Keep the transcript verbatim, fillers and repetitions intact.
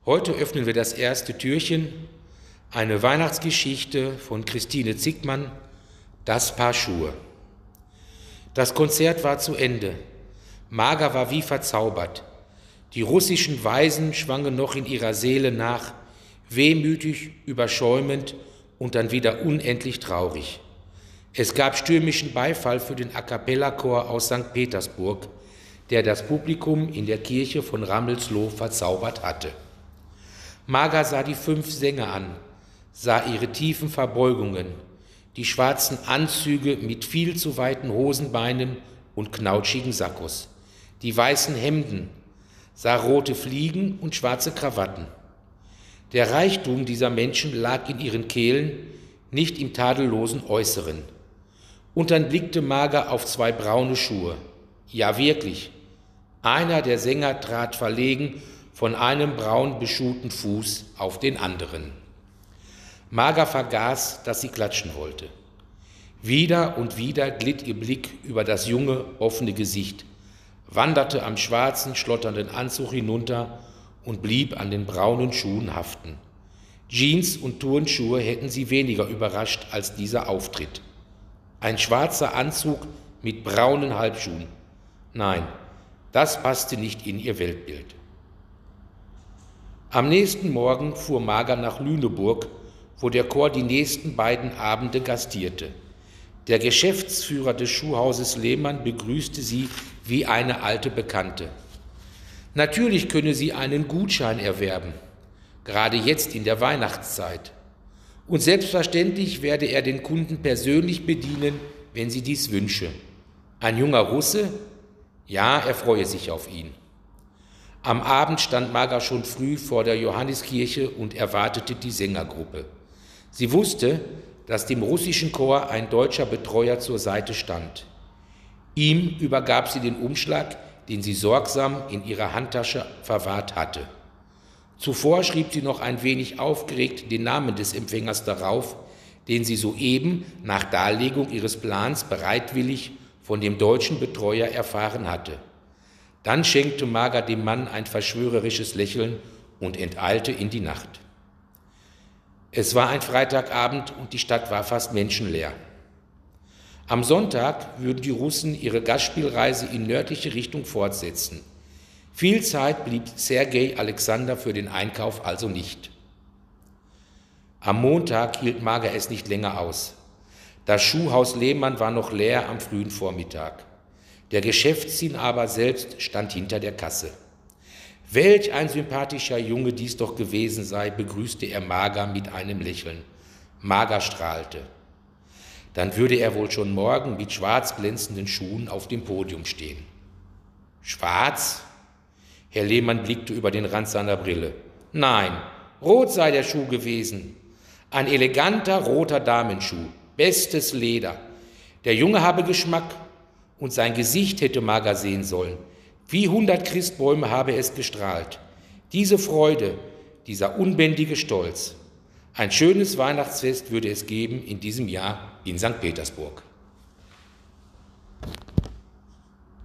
Heute öffnen wir das erste Türchen, eine Weihnachtsgeschichte von Christine Zickmann, Das Paar Schuhe. Das Konzert war zu Ende. Marga war wie verzaubert. Die russischen Weisen schwangen noch in ihrer Seele nach, wehmütig, überschäumend und dann wieder unendlich traurig. Es gab stürmischen Beifall für den A-cappella-Chor aus Sankt Petersburg, der das Publikum in der Kirche von Rammelsloh verzaubert hatte. Marga sah die fünf Sänger an, sah ihre tiefen Verbeugungen, die schwarzen Anzüge mit viel zu weiten Hosenbeinen und knautschigen Sakkos, die weißen Hemden, sah rote Fliegen und schwarze Krawatten. Der Reichtum dieser Menschen lag in ihren Kehlen, nicht im tadellosen Äußeren. Und dann blickte Marga auf zwei braune Schuhe. Ja, wirklich. Einer der Sänger trat verlegen von einem braun beschuhten Fuß auf den anderen. Marga vergaß, dass sie klatschen wollte. Wieder und wieder glitt ihr Blick über das junge, offene Gesicht, wanderte am schwarzen, schlotternden Anzug hinunter und blieb an den braunen Schuhen haften. Jeans und Turnschuhe hätten sie weniger überrascht als dieser Auftritt. Ein schwarzer Anzug mit braunen Halbschuhen. Nein, das passte nicht in ihr Weltbild. Am nächsten Morgen fuhr Marga nach Lüneburg, wo der Chor die nächsten beiden Abende gastierte. Der Geschäftsführer des Schuhhauses Lehmann begrüßte sie wie eine alte Bekannte. Natürlich könne sie einen Gutschein erwerben, gerade jetzt in der Weihnachtszeit. Und selbstverständlich werde er den Kunden persönlich bedienen, wenn sie dies wünsche. Ein junger Russe? Ja, er freue sich auf ihn. Am Abend stand Marga schon früh vor der Johanniskirche und erwartete die Sängergruppe. Sie wusste, dass dem russischen Chor ein deutscher Betreuer zur Seite stand. Ihm übergab sie den Umschlag, den sie sorgsam in ihrer Handtasche verwahrt hatte. Zuvor schrieb sie noch ein wenig aufgeregt den Namen des Empfängers darauf, den sie soeben nach Darlegung ihres Plans bereitwillig von dem deutschen Betreuer erfahren hatte. Dann schenkte Marga dem Mann ein verschwörerisches Lächeln und enteilte in die Nacht. Es war ein Freitagabend und die Stadt war fast menschenleer. Am Sonntag würden die Russen ihre Gastspielreise in nördliche Richtung fortsetzen. Viel Zeit blieb Sergei Alexander für den Einkauf also nicht. Am Montag hielt Marga es nicht länger aus. Das Schuhhaus Lehmann war noch leer am frühen Vormittag. Der Geschäftsinhaber selbst stand hinter der Kasse. Welch ein sympathischer Junge dies doch gewesen sei, begrüßte er Marga mit einem Lächeln. Marga strahlte. Dann würde er wohl schon morgen mit schwarz glänzenden Schuhen auf dem Podium stehen. Schwarz? Herr Lehmann blickte über den Rand seiner Brille. Nein, rot sei der Schuh gewesen. Ein eleganter roter Damenschuh, bestes Leder. Der Junge habe Geschmack. Und sein Gesicht hätte Marga sehen sollen. Wie hundert Christbäume habe es gestrahlt. Diese Freude, dieser unbändige Stolz. Ein schönes Weihnachtsfest würde es geben in diesem Jahr in Sankt Petersburg.